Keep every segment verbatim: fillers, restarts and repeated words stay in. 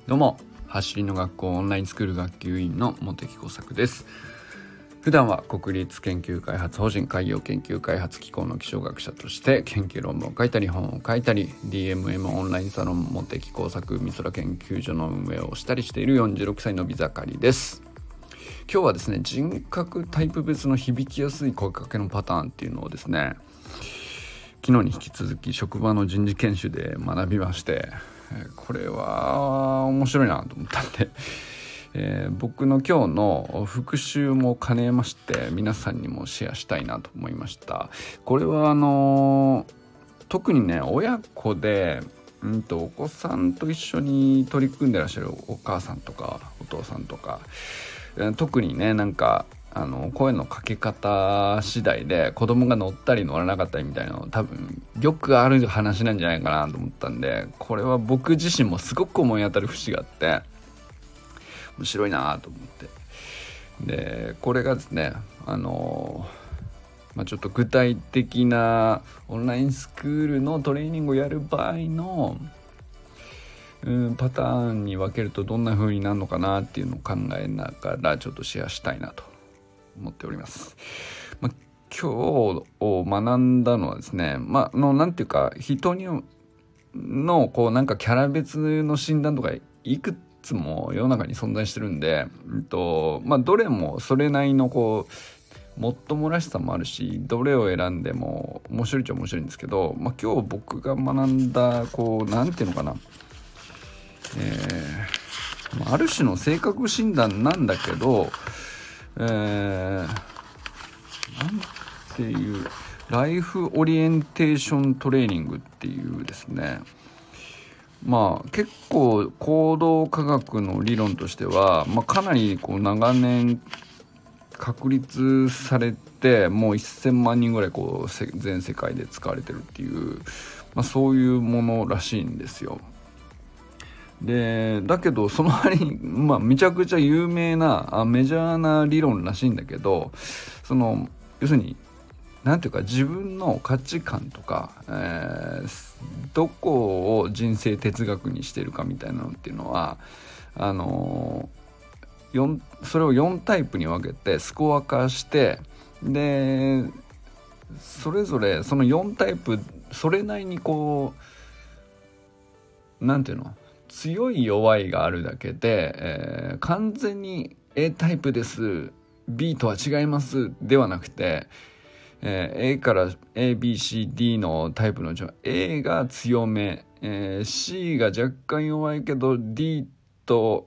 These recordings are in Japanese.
どうも、走りの学校オンラインスクール学級委員の茂木耕作です。普段は国立研究開発法人海洋研究開発機構の気象学者として研究論文を書いたり本を書いたり ディーエムエム オンラインサロン茂木耕作美空研究所の運営をしたりしているよんじゅうろくさいのび盛りです。今日はですね、人格タイプ別の響きやすい声かけのパターンっていうのをですね、昨日に引き続き職場の人事研修で学びまして、これは面白いなと思ったんで、えー、僕の今日の復習も兼ねまして皆さんにもシェアしたいなと思いました。これはあのー、特にね親子でうんとお子さんと一緒に取り組んでらっしゃるお母さんとかお父さんとか、えー、特にねなんかあの声のかけ方次第で子供が乗ったり乗らなかったりみたいなの多分よくある話なんじゃないかなと思ったんで、これは僕自身もすごく思い当たる節があって面白いなと思って、でこれがですねあの、まあ、ちょっと具体的なオンラインスクールのトレーニングをやる場合のうんパターンに分けるとどんな風になるのかなっていうのを考えながらちょっとシェアしたいなと思っております。まあ、今日を学んだのはですね、まあ、のなんていうか人にのこうなんかキャラ別の診断とかいくつも世の中に存在してるんで、うんとまあ、どれもそれなりのこうもっともらしさもあるし、どれを選んでも面白いっちゃ面白いんですけど、まあ、今日僕が学んだこうなんていうのかな、えー、ある種の性格診断なんだけど、えー、なんていうライフオリエンテーショントレーニングっていうですね、まあ結構行動科学の理論としては、まあ、かなりこう長年確立されてもうせんまんにんぐらいこう全世界で使われてるっていう、まあ、そういうものらしいんですよ。でだけどその割に、まあ、めちゃくちゃ有名なあメジャーな理論らしいんだけど、その要するになんていうか自分の価値観とか、えー、どこを人生哲学にしているかみたいなのっていうのはあのー、よんそれをよんタイプに分けてスコア化して、でそれぞれそのよんタイプそれなりにこうなんていうの強い弱いがあるだけで、えー、完全に A タイプです B とは違いますではなくて、えー、A から A、B、C、D のタイプのうち A が強め、えー、C が若干弱いけど D と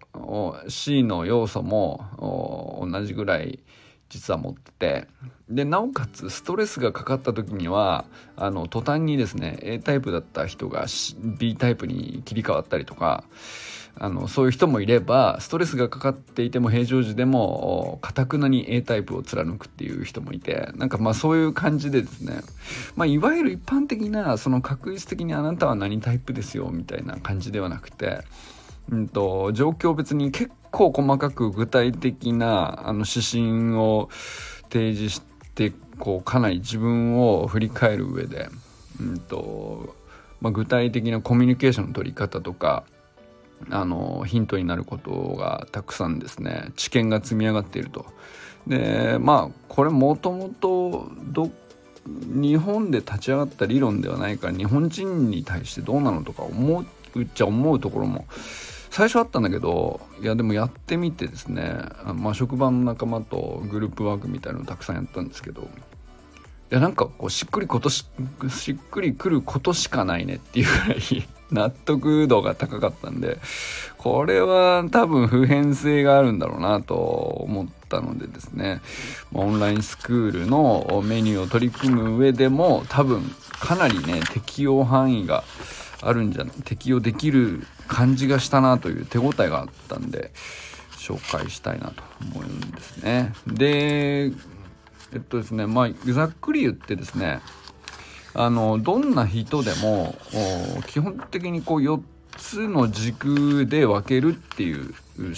C の要素も同じぐらい実は持ってて、でなおかつストレスがかかった時にはあの途端にですね A タイプだった人が B タイプに切り替わったりとか、あのそういう人もいればストレスがかかっていても平常時でも堅くなに A タイプを貫くっていう人もいて、なんかまあそういう感じでですね、まあ、いわゆる一般的なその確率的にあなたは何タイプですよみたいな感じではなくて、うんと状況別に結構細かく具体的なあの指針を提示してこうかなり自分を振り返る上で、うんとまあ、具体的なコミュニケーションの取り方とかあのヒントになることがたくさんですね知見が積み上がっていると。でまあこれもともと日本で立ち上がった理論ではないから日本人に対してどうなのとか思うっちゃ思うところも最初あったんだけど、いやでもやってみてですね、まあ、職場の仲間とグループワークみたいなのをたくさんやったんですけど、いやなんかこうしっくりことししっくりくることしかないねっていうぐらい納得度が高かったんで、これは多分普遍性があるんだろうなと思ったのでですね、オンラインスクールのメニューを取り組む上でも多分かなりね適用範囲があるんじゃ適用できる感じがしたなという手応えがあったんで紹介したいなと思うんですね。でえっとですねまあざっくり言ってですね、あのどんな人でも基本的にこうよっつの軸で分けるっていう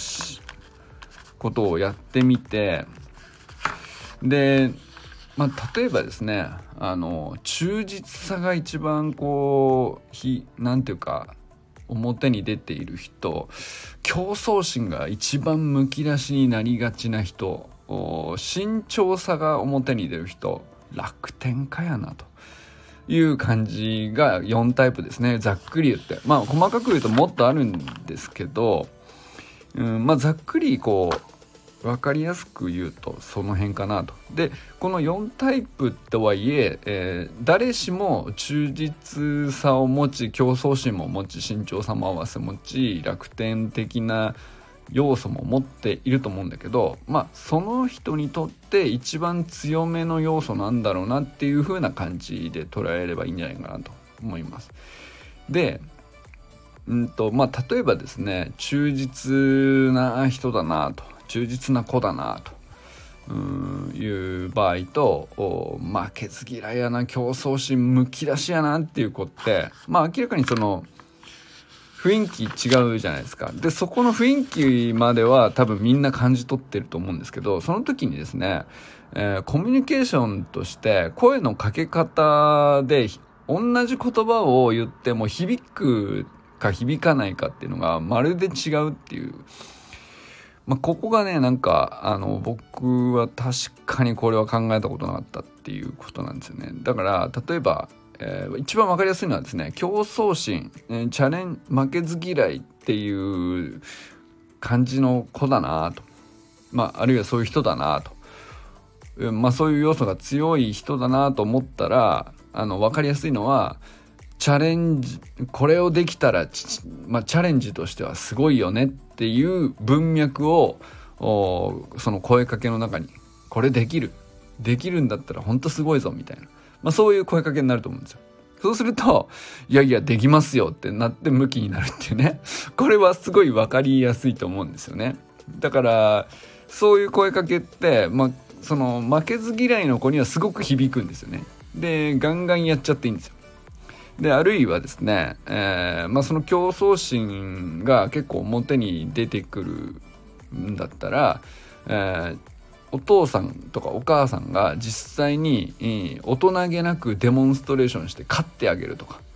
ことをやってみて、でまあ、例えばですねあの忠実さが一番こうひなんていうか表に出ている人、競争心が一番むき出しになりがちな人、慎重さが表に出る人、楽天家やなという感じがよんタイプですね。ざっくり言って、まあ細かく言うともっとあるんですけど、うん、まあざっくりこう分かりやすく言うとその辺かなと。でこのよんタイプとはいええー、誰しも忠実さを持ち、競争心も持ち、慎重さも合わせ持ち、楽天的な要素も持っていると思うんだけど、まあその人にとって一番強めの要素なんだろうなっていう風な感じで捉えればいいんじゃないかなと思います。でうんとまあ例えばですね、忠実な人だなと、忠実な子だなとうんいう場合と、負けず嫌いやな、競争心むき出しやなっていう子って、まあ明らかにその雰囲気違うじゃないですか。でそこの雰囲気までは多分みんな感じ取ってると思うんですけど、その時にですね、えー、コミュニケーションとして声のかけ方で同じ言葉を言っても響くか響かないかっていうのがまるで違うっていう、まあ、ここがねなんかあの僕は確かにこれは考えたことなかったっていうことなんですよね。だから例えば、えー、一番わかりやすいのはですね、競争心、えー、チャレン負けず嫌いっていう感じの子だなと、まあ、あるいはそういう人だなと、まあ、そういう要素が強い人だなと思ったら、あの分かりやすいのはチャレンジ、これをできたら、まあ、チャレンジとしてはすごいよねっていう文脈をその声かけの中に、これできるできるんだったら本当すごいぞみたいな、まあ、そういう声かけになると思うんですよ。そうするといやいやできますよってなって向きになるっていうね、これはすごい分かりやすいと思うんですよね。だからそういう声かけって、まあ、その負けず嫌いの子にはすごく響くんですよね。でガンガンやっちゃっていいんですよ。であるいはですね、えーまあ、その競争心が結構表に出てくるんだったら、えー、お父さんとかお母さんが実際に、えー、大人げなくデモンストレーションして勝ってあげるとか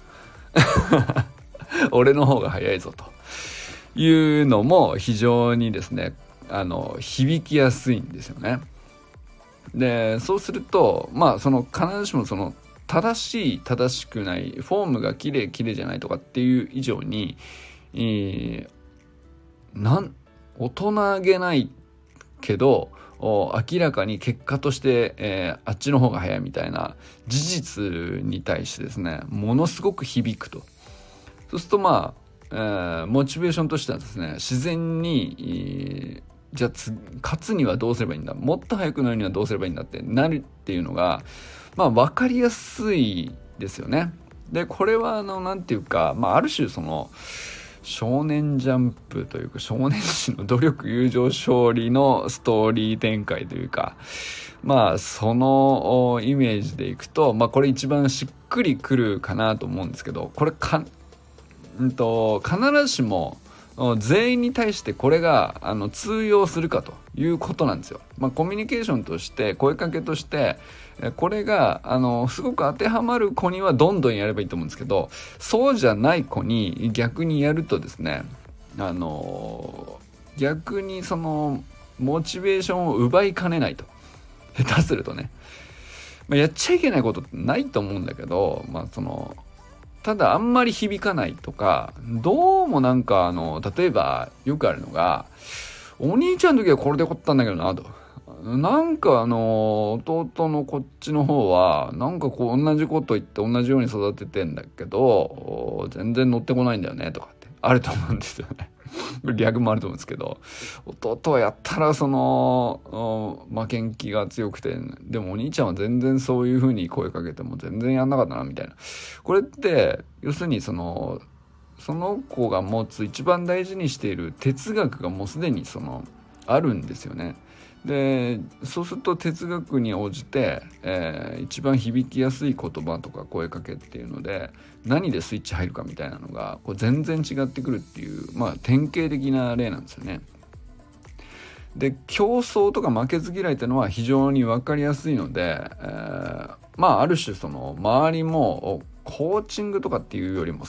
俺の方が早いぞというのも非常にですね、あの響きやすいんですよね。でそうするとまあその必ずしもその正しい正しくない、フォームが綺麗綺麗じゃないとかっていう以上に、えー、なん大人げないけど明らかに結果として、えー、あっちの方が早いみたいな事実に対してですね、ものすごく響くと。そうするとまあ、えー、モチベーションとしてはですね、自然に、えー、じゃあ勝つにはどうすればいいんだ、もっと速くなるにはどうすればいいんだってなるっていうのがまあ分かりやすいですよね。でこれはあのなんていうか、まあ、ある種その少年ジャンプというか少年誌の努力友情勝利のストーリー展開というか、まあそのイメージでいくと、まあこれ一番しっくりくるかなと思うんですけど、これか、うんと、必ずしも全員に対してこれがあの通用するかということなんですよ。まあ、コミュニケーションとして声かけとしてこれがあのすごく当てはまる子にはどんどんやればいいと思うんですけど、そうじゃない子に逆にやるとですね、あの逆にそのモチベーションを奪いかねないと。下手するとね、まあ、やっちゃいけないことってないと思うんだけど、まあそのただあんまり響かないとか、どうもなんかあの例えばよくあるのが、お兄ちゃんの時はこれでこったんだけどなと、なんかあの弟のこっちの方はなんかこう同じこと言って同じように育ててんだけど全然乗ってこないんだよねとかってあると思うんですよね。逆もあると思うんですけど、弟はやったらその負けん気が強くて、でもお兄ちゃんは全然そういう風に声かけても全然やんなかったなみたいな。これって要するにそのその子が持つ一番大事にしている哲学がもうすでにそのあるんですよね。でそうすると哲学に応じて、えー、一番響きやすい言葉とか声かけっていうので何でスイッチ入るかみたいなのがこう全然違ってくるっていう、まあ典型的な例なんですよね。で競争とか負けず嫌いっていうのは非常に分かりやすいので、えー、まあある種その周りもコーチングとかっていうよりもさ、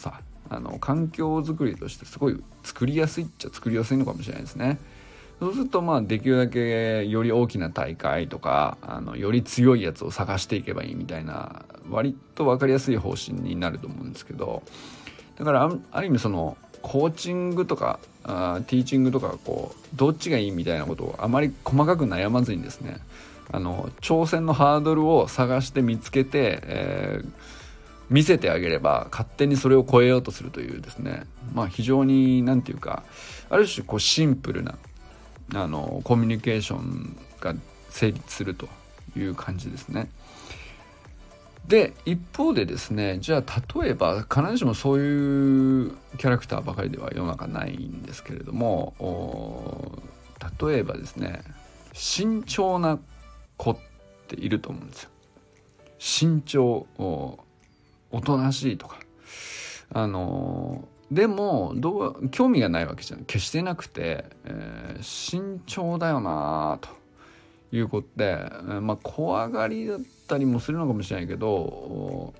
あの環境づくりとしてすごい作りやすいっちゃ作りやすいのかもしれないですね。そうするとまあできるだけより大きな大会とかあのより強いやつを探していけばいいみたいな割と分かりやすい方針になると思うんですけど、だから あ, ある意味そのコーチングとかあティーチングとかこうどっちがいいみたいなことをあまり細かく悩まずにですね、あの挑戦のハードルを探して見つけて、えー、見せてあげれば勝手にそれを超えようとするというですね、まあ非常になんていうかある種こうシンプルなあのコミュニケーションが成立するという感じですね。で一方でですね、じゃあ例えば必ずしもそういうキャラクターばかりでは世の中ないんですけれども、例えばですね慎重な子っていると思うんですよ。慎重、お, おとなしいとかあのでもどう興味がないわけじゃ決してなくて、えー、慎重だよなということで、えー、まあ怖がりだったりもするのかもしれないけど、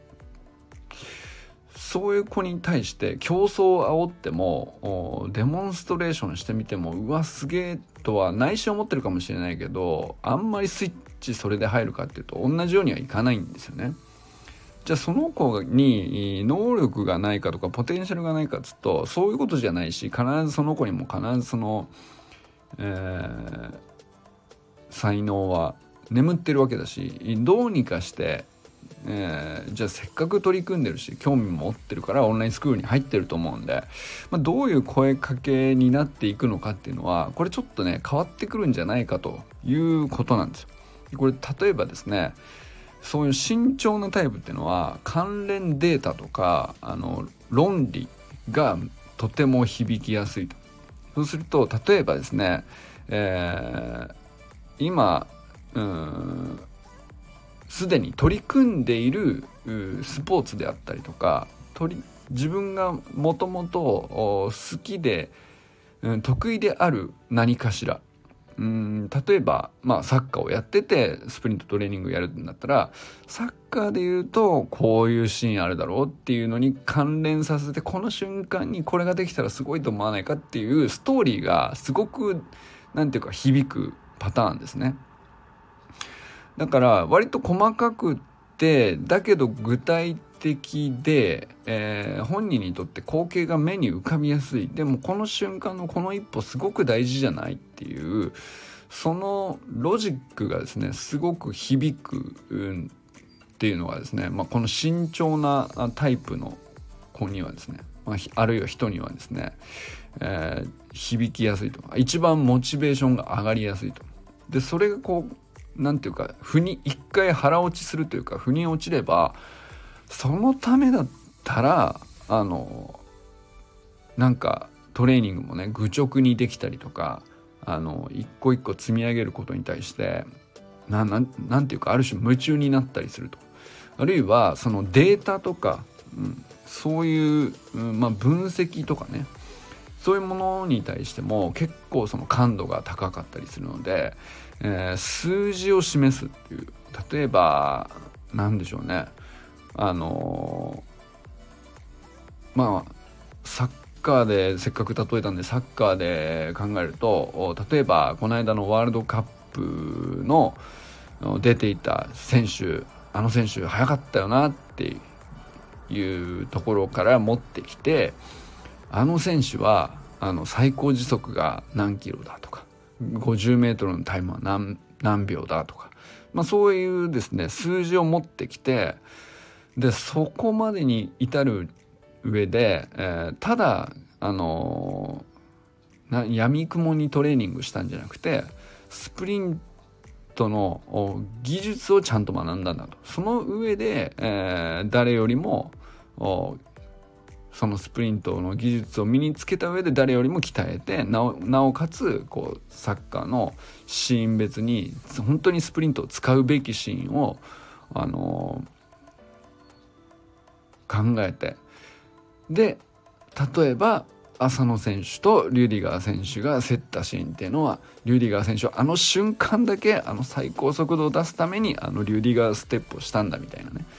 そういう子に対して競争を煽ってもデモンストレーションしてみてもうわすげえとは内心思ってるかもしれないけど、あんまりスイッチそれで入るかっていうと同じようにはいかないんですよね。じゃあその子に能力がないかとかポテンシャルがないかっつうとそういうことじゃないし、必ずその子にも必ずその、えー、才能は眠ってるわけだし、どうにかして、えー、じゃあせっかく取り組んでるし興味も持ってるからオンラインスクールに入ってると思うんで、まあ、どういう声かけになっていくのかっていうのはこれちょっとね変わってくるんじゃないかということなんですよ。これ例えばですね、そういう慎重なタイプっていうのは関連データとかあの論理がとても響きやすいと。そうすると例えばですね、えー、今うーんすでに取り組んでいるスポーツであったりとか、取り自分がもともと好きで、うん、得意である何かしら、うん例えば、まあ、サッカーをやっててスプリントトレーニングやるんだったらサッカーで言うとこういうシーンあるだろうっていうのに関連させて、この瞬間にこれができたらすごいと思わないかっていうストーリーがすごくなんていうか響くパターンですね。だから割と細かくってだけど具体的で、えー、本人にとって光景が目に浮かびやすい、でもこの瞬間のこの一歩すごく大事じゃないっていうそのロジックがですねすごく響く、うん、っていうのがですね、まあ、この慎重なタイプの子にはですね、まあ、あるいは人にはですね、えー、響きやすいと、一番モチベーションが上がりやすいと。でそれがこうなんていうか腑に一回腹落ちするというか腑に落ちれば、そのためだったらあのなんかトレーニングもね愚直にできたりとか、あの一個一個積み上げることに対してな、な、なんていうかある種夢中になったりすると、あるいはそのデータとか、うん、そういう、うんまあ、分析とかね、そういうものに対しても結構その感度が高かったりするので、えー、数字を示すっていう、例えばなんでしょうね、あのー、まあサッカーでせっかく例えたんでサッカーで考えると、例えばこの間のワールドカップの出ていた選手、あの選手早かったよなっていうところから持ってきて、あの選手はあの最高時速が何キロだとかごじゅうメートルのタイムは 何, 何秒だとか、まあ、そういうですね数字を持ってきて、でそこまでに至る上で、えー、ただあのー、な闇雲にトレーニングしたんじゃなくてスプリントの技術をちゃんと学んだんだと。その上で、えー、誰よりもそのスプリントの技術を身につけた上で誰よりも鍛えて、なお、なおかつこうサッカーのシーン別に本当にスプリントを使うべきシーンを、あのー、考えて、で例えば浅野選手とリュディガー選手が競ったシーンっていうのは、リュディガー選手はあの瞬間だけあの最高速度を出すためにあのリュディガーステップをしたんだみたいなね、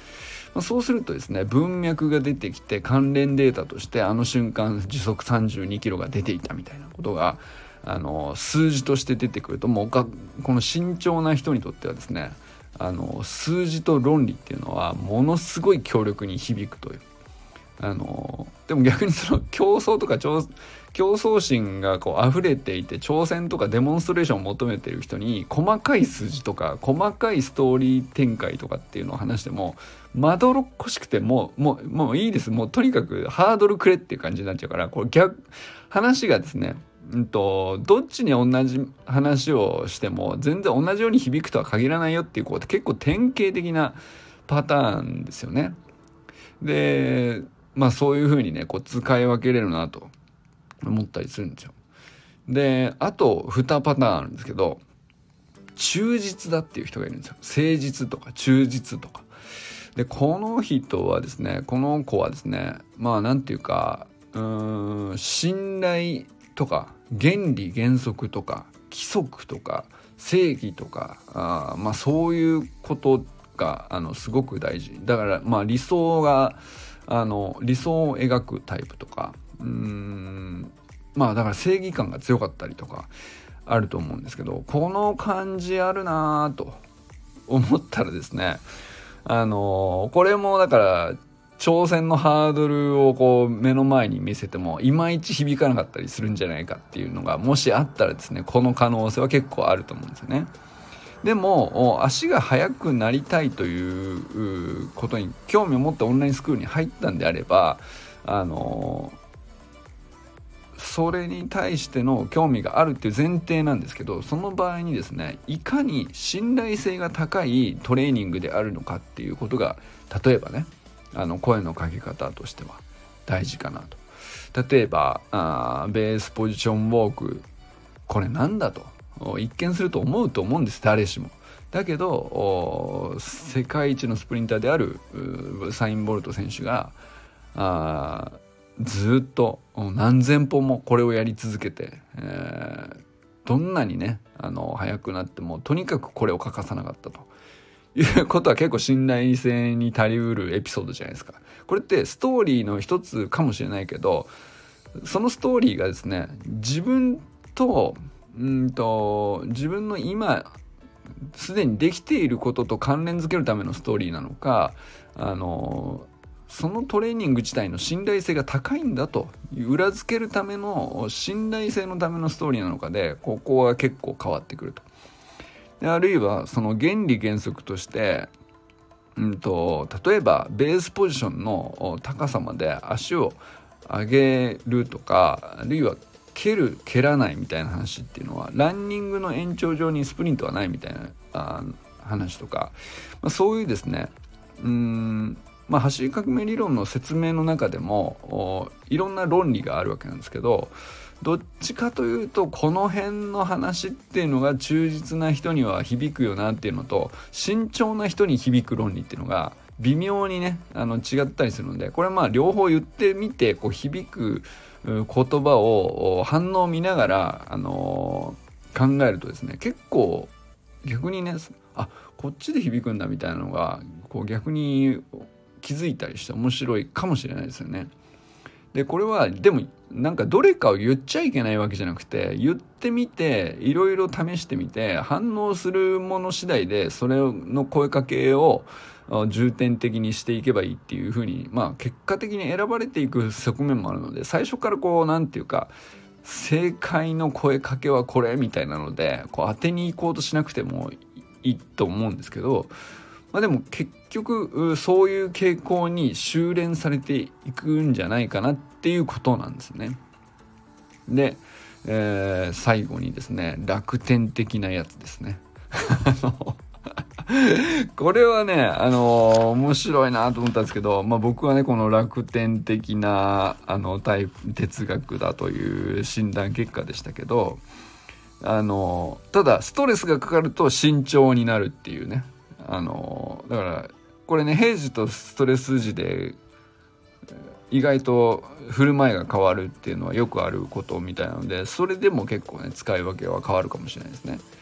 まあ、そうするとですね、文脈が出てきて関連データとしてあの瞬間時速さんじゅうにキロが出ていたみたいなことがあの数字として出てくると、もうこの慎重な人にとってはですね、あの数字と論理っていうのはものすごい強力に響くという。あのでも逆にその競争とか競争心がこう溢れていて挑戦とかデモンストレーションを求めている人に細かい数字とか細かいストーリー展開とかっていうのを話してもまどろっこしくてもうもうもういいです、もうとにかくハードルくれっていう感じになっちゃうから、これ逆話がですね、うんとどっちに同じ話をしても全然同じように響くとは限らないよっていう、こう結構典型的なパターンですよね。でまあそういう風にねこう使い分けれるなと思ったりするんですよ。であとにパターンあるんですけど、忠実だっていう人がいるんですよ。誠実とか忠実とかで、この人はですね、この子はですね、まあなんていうかうーん信頼とか原理原則とか規則とか正義とかあまあそういうことがあのすごく大事だから、まあ理想があの理想を描くタイプとか、うーんまあだから正義感が強かったりとかあると思うんですけど、この感じあるなと思ったらですね、あのこれもだから挑戦のハードルをこう目の前に見せてもいまいち響かなかったりするんじゃないかっていうのがもしあったらですね、この可能性は結構あると思うんですよね。でも足が速くなりたいということに興味を持ってオンラインスクールに入ったんであれば、あのそれに対しての興味があるっていう前提なんですけど、その場合にですね、いかに信頼性が高いトレーニングであるのかっていうことが、例えばね、あの声のかけ方としては大事かなと。例えばあベースポジションウォーク、これなんだと一見すると思うと思うんです、誰しも。だけど世界一のスプリンターであるウサイン・ボルト選手があずっと何千本もこれをやり続けて、えー、どんなにねあの速くなってもとにかくこれを欠かさなかったということは結構信頼性に足りうるエピソードじゃないですか。これってストーリーの一つかもしれないけど、そのストーリーがですね、自分とうんと自分の今すでにできていることと関連づけるためのストーリーなのか、あのそのトレーニング自体の信頼性が高いんだと裏付けるための信頼性のためのストーリーなのかで、ここは結構変わってくると。であるいはその原理原則として、うんと例えばベースポジションの高さまで足を上げるとか、あるいは蹴る蹴らないみたいな話っていうのはランニングの延長上にスプリントはないみたいなあ話とか、まあ、そういうですね、うーんまあ走り革命理論の説明の中でもいろんな論理があるわけなんですけど、どっちかというとこの辺の話っていうのが忠実な人には響くよなっていうのと、慎重な人に響く論理っていうのが微妙にねあの違ったりするので、これはまあ両方言ってみてこう響く言葉を反応を見ながら、あのー、考えるとですね、結構逆にね、あこっちで響くんだみたいなのがこう逆に気づいたりして面白いかもしれないですよね。でこれはでもなんかどれかを言っちゃいけないわけじゃなくて、言ってみていろいろ試してみて反応するもの次第でそれの声かけを重点的にしていけばいいっていう風に、まあ結果的に選ばれていく側面もあるので、最初からこうなんていうか正解の声かけはこれみたいなのでこう当てに行こうとしなくてもいいと思うんですけど、まあでも結局そういう傾向に修練されていくんじゃないかなっていうことなんですね。で、えー、最後にですね、楽天的なやつですね。これはね、あのー、面白いなと思ったんですけど、まあ、僕はねこの楽天的なあのタイプ哲学だという診断結果でしたけど、あのー、ただストレスがかかると慎重になるっていうね、あのー、だからこれね平時とストレス時で意外と振る舞いが変わるっていうのはよくあることみたいなので、それでも結構ね使い分けは変わるかもしれないですね。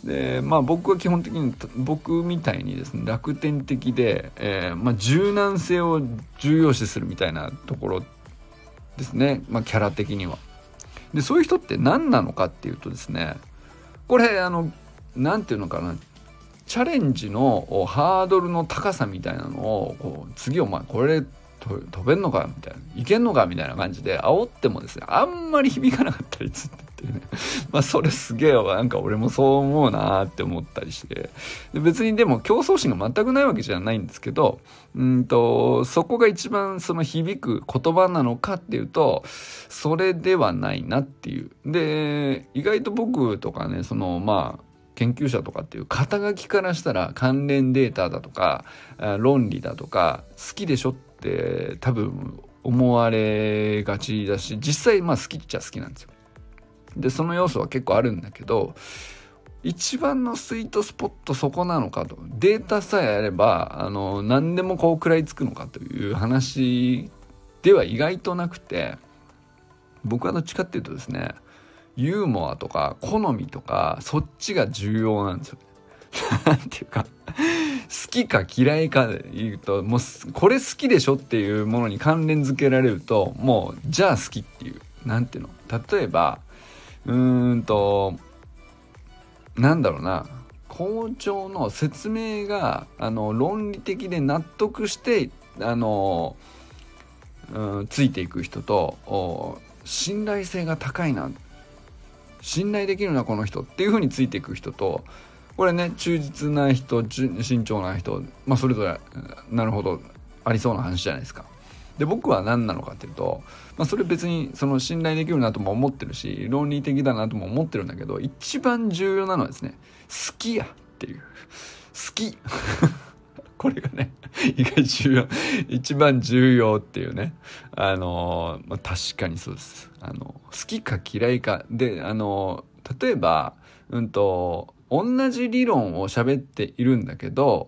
でまあ僕は基本的に僕みたいにですね楽天的で、えーまあ、柔軟性を重要視するみたいなところですね、まあ、キャラ的には。でそういう人って何なのかっていうとですね、これあのなんていうのかな、チャレンジのハードルの高さみたいなのをこう次お前これ飛べんのかみたいないけんのかみたいな感じで煽ってもですねあんまり響かなかったりするっていうねまあそれすげえなんか俺もそう思うなって思ったりして、で別にでも競争心が全くないわけじゃないんですけど、うんとそこが一番その響く言葉なのかっていうとそれではないなっていう。で意外と僕とかねそのまあ研究者とかっていう肩書きからしたら関連データだとか論理だとか好きでしょって多分思われがちだし、実際まあ好きっちゃ好きなんですよ。でその要素は結構あるんだけど、一番のスイートスポットそこなのかと、データさえあればあの何でもこう食らいつくのかという話では意外となくて、僕はどっちかっていうとですねユーモアとか好みとかそっちが重要なんですよ。なんていうか好きか嫌いかで言うともうこれ好きでしょっていうものに関連づけられるともうじゃあ好きっていうなんていうの、例えばうーんとなんだろうな、校長の説明があの論理的で納得してあの、うん、ついていく人と信頼性が高いな信頼できるなこの人っていう風についていく人と、これね忠実な人慎重な人、まあそれぞれなるほどありそうな話じゃないですか。で僕は何なのかっていうと、まあ、それ別にその信頼できるなとも思ってるし論理的だなとも思ってるんだけど、一番重要なのはですね好きやっていう好きこれがね意外重要一番重要っていうね、あのーまあ、確かにそうです。あの好きか嫌いかで、あのー、例えばうんと同じ理論を喋っているんだけど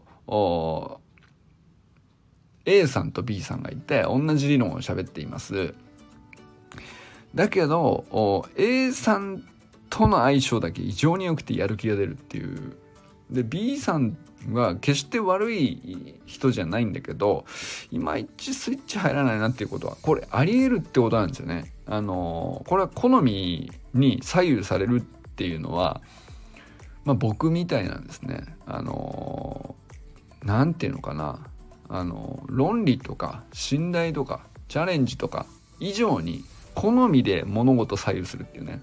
A さんと B さんがいて同じ理論を喋っています。だけど A さんとの相性だけ異常に良くてやる気が出るっていう。で B さんは決して悪い人じゃないんだけどいまいちスイッチ入らないなっていうことはこれあり得るってことなんですよね。あのこれは好みに左右されるっていうのは、まあ、僕みたいなんですね。あのなんていうのかな、あの論理とか信頼とかチャレンジとか以上に好みで物事左右するっていうね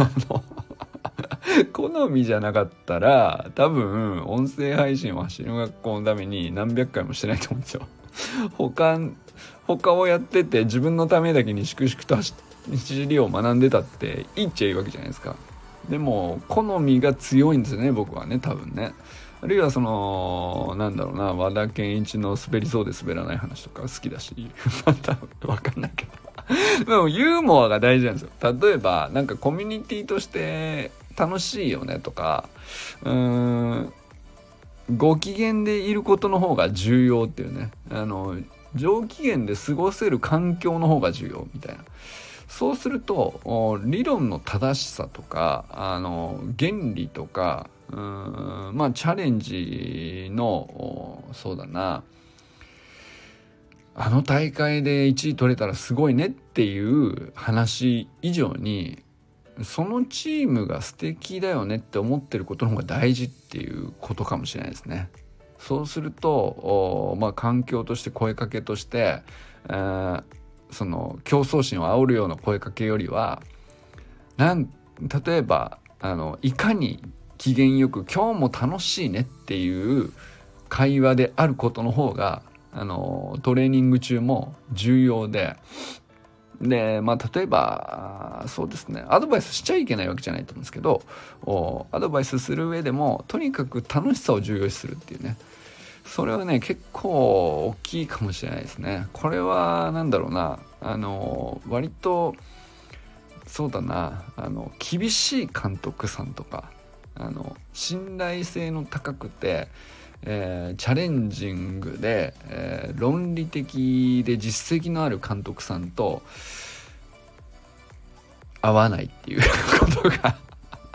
好みじゃなかったら多分音声配信を走る学校のために何百回もしてないと思うんですよ。他他をやってて自分のためだけに粛々と走りを学んでたっていいっちゃいいわけじゃないですか。でも好みが強いんですよね僕はね、多分ね。あるいはそのなんだろうな、和田健一の滑りそうで滑らない話とか好きだしまた分かんないけどでもユーモアが大事なんですよ。例えばなんかコミュニティとして楽しいよねとかうーんご機嫌でいることの方が重要っていうね、あの上機嫌で過ごせる環境の方が重要みたいな。そうすると理論の正しさとかあの原理とかうーんまあチャレンジのそうだなあの大会でいちい取れたらすごいねっていう話以上にそのチームが素敵だよねって思ってることの方が大事っていうことかもしれないですね。そうするとまあ環境として声かけとして、えー、その競争心を煽るような声かけよりはなん例えばあのいかに機嫌よく今日も楽しいねっていう会話であることの方があのトレーニング中も重要で、でまあ例えばそうですねアドバイスしちゃいけないわけじゃないと思うんですけどアドバイスする上でもとにかく楽しさを重要視するっていうね、それはね結構大きいかもしれないですね。これはなんだろうな、あの割とそうだな、あの厳しい監督さんとかあの信頼性の高くてえー、チャレンジングで、えー、論理的で実績のある監督さんと合わないっていうことが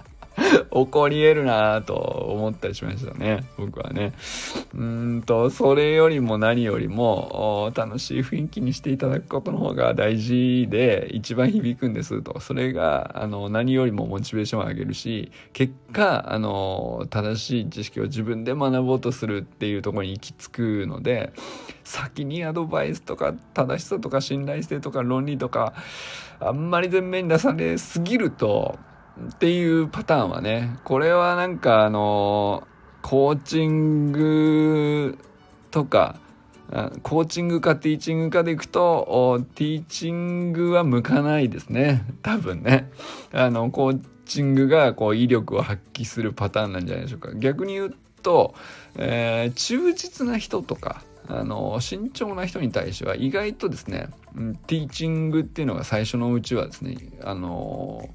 起こり得るなと思ったりしましたね、僕はね。うーんとそれよりも何よりも楽しい雰囲気にしていただくことの方が大事で一番響くんですと。それがあの何よりもモチベーションを上げるし、結果あの正しい知識を自分で学ぼうとするっていうところに行き着くので、先にアドバイスとか正しさとか信頼性とか論理とかあんまり前面に出されすぎるとっていうパターンはね、これはなんかあのコーチングとかコーチングかティーチングかでいくとティーチングは向かないですね、多分ね。あのコーチングがこう威力を発揮するパターンなんじゃないでしょうか。逆に言うと、えー、忠実な人とかあの慎重な人に対しては意外とですね、ティーチングっていうのが最初のうちはですね、あの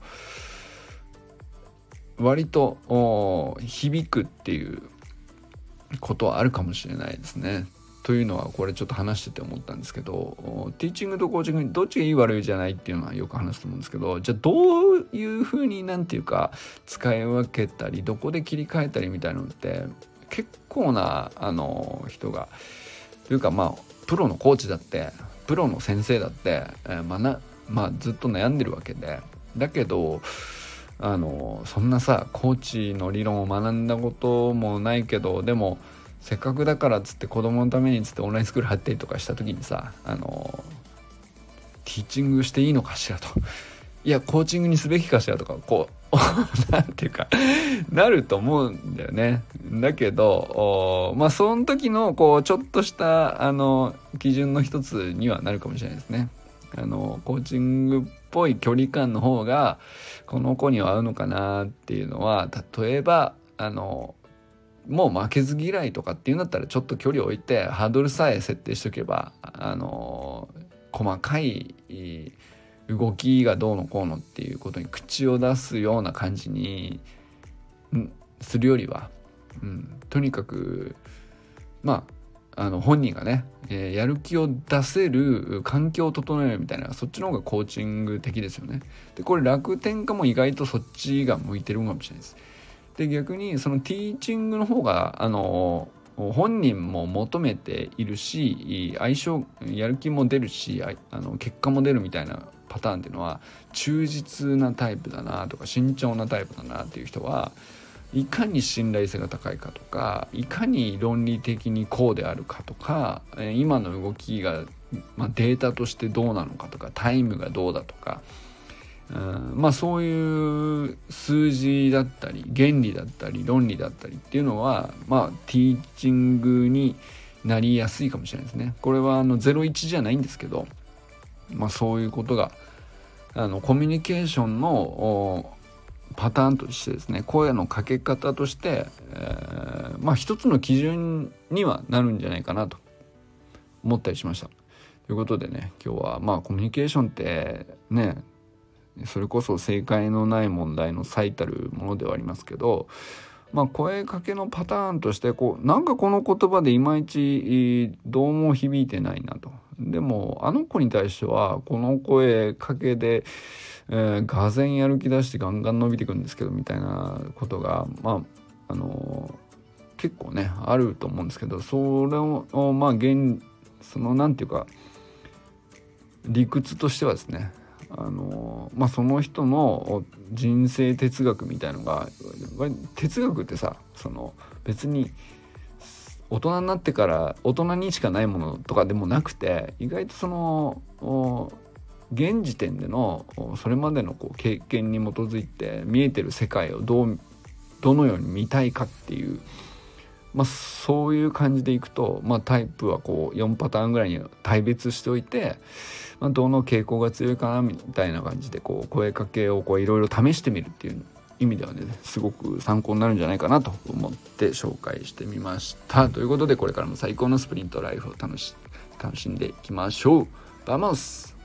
割と響くっていうことはあるかもしれないですね。というのはこれちょっと話してて思ったんですけど、ティーチングとコーチングどっちがいい悪いじゃないっていうのはよく話すと思うんですけど、じゃあどういうふうになんていうか使い分けたりどこで切り替えたりみたいなのって結構なあの人がというか、まあプロのコーチだってプロの先生だって、えーまあなまあ、ずっと悩んでるわけで、だけどあのそんなさコーチの理論を学んだこともないけど、でもせっかくだからっつって子供のためにっつってオンラインスクール入ったりとかした時にさ、あのティーチングしていいのかしらと、いやコーチングにすべきかしらとかこうなんていうかなると思うんだよね。だけどまあその時のこうちょっとしたあの基準の一つにはなるかもしれないですね。あのコーチングっぽい距離感の方がこの子には合うのかなっていうのは、例えばあのもう負けず嫌いとかっていうんだったらちょっと距離を置いてハードルさえ設定しておけば、あの細かい動きがどうのこうのっていうことに口を出すような感じにするよりは、うん、とにかくまああの本人がね、えー、やる気を出せる環境を整えるみたいな、そっちの方がコーチング的ですよね。でこれ楽天家も意外とそっちが向いてるかもしれないです。で逆にそのティーチングの方があの本人も求めているし、相性やる気も出るし、あの結果も出るみたいなパターンっていうのは忠実なタイプだなとか慎重なタイプだなっていう人はいかに信頼性が高いかとか、いかに論理的にこうであるかとか、今の動きが、まあ、データとしてどうなのかとか、タイムがどうだとか、うん、まあそういう数字だったり原理だったり論理だったりっていうのはまあティーチングになりやすいかもしれないですね。これはあのゼロイチじゃないんですけど、まあそういうことがあのコミュニケーションのパターンとしてですね、声のかけ方として、えー、まあ一つの基準にはなるんじゃないかなと思ったりしました。ということでね、今日はまあコミュニケーションってね、それこそ正解のない問題の最たるものではありますけど、まあ声かけのパターンとしてこうなんかこの言葉でいまいちどうも響いてないなと。でもあの子に対してはこの声かけで、えー、がぜんやる気出してガンガン伸びていくんですけどみたいなことがまああのー、結構ねあると思うんですけど、それをまあ現そのなんていうか理屈としてはですね、あのまあその人の人生哲学みたいのが、哲学ってさその別に大人になってから大人にしかないものとかでもなくて、意外とその現時点でのそれまでのこう経験に基づいて見えてる世界をどうどのように見たいかっていう、まあそういう感じでいくと、まあタイプはこうよんパターンぐらいに大別しておいて、まあ、どの傾向が強いかなみたいな感じでこう声かけをいろいろ試してみるっていう意味ではね、すごく参考になるんじゃないかなと思って紹介してみました。ということでこれからも最高のスプリントライフを楽し楽しんでいきましょう。バモス。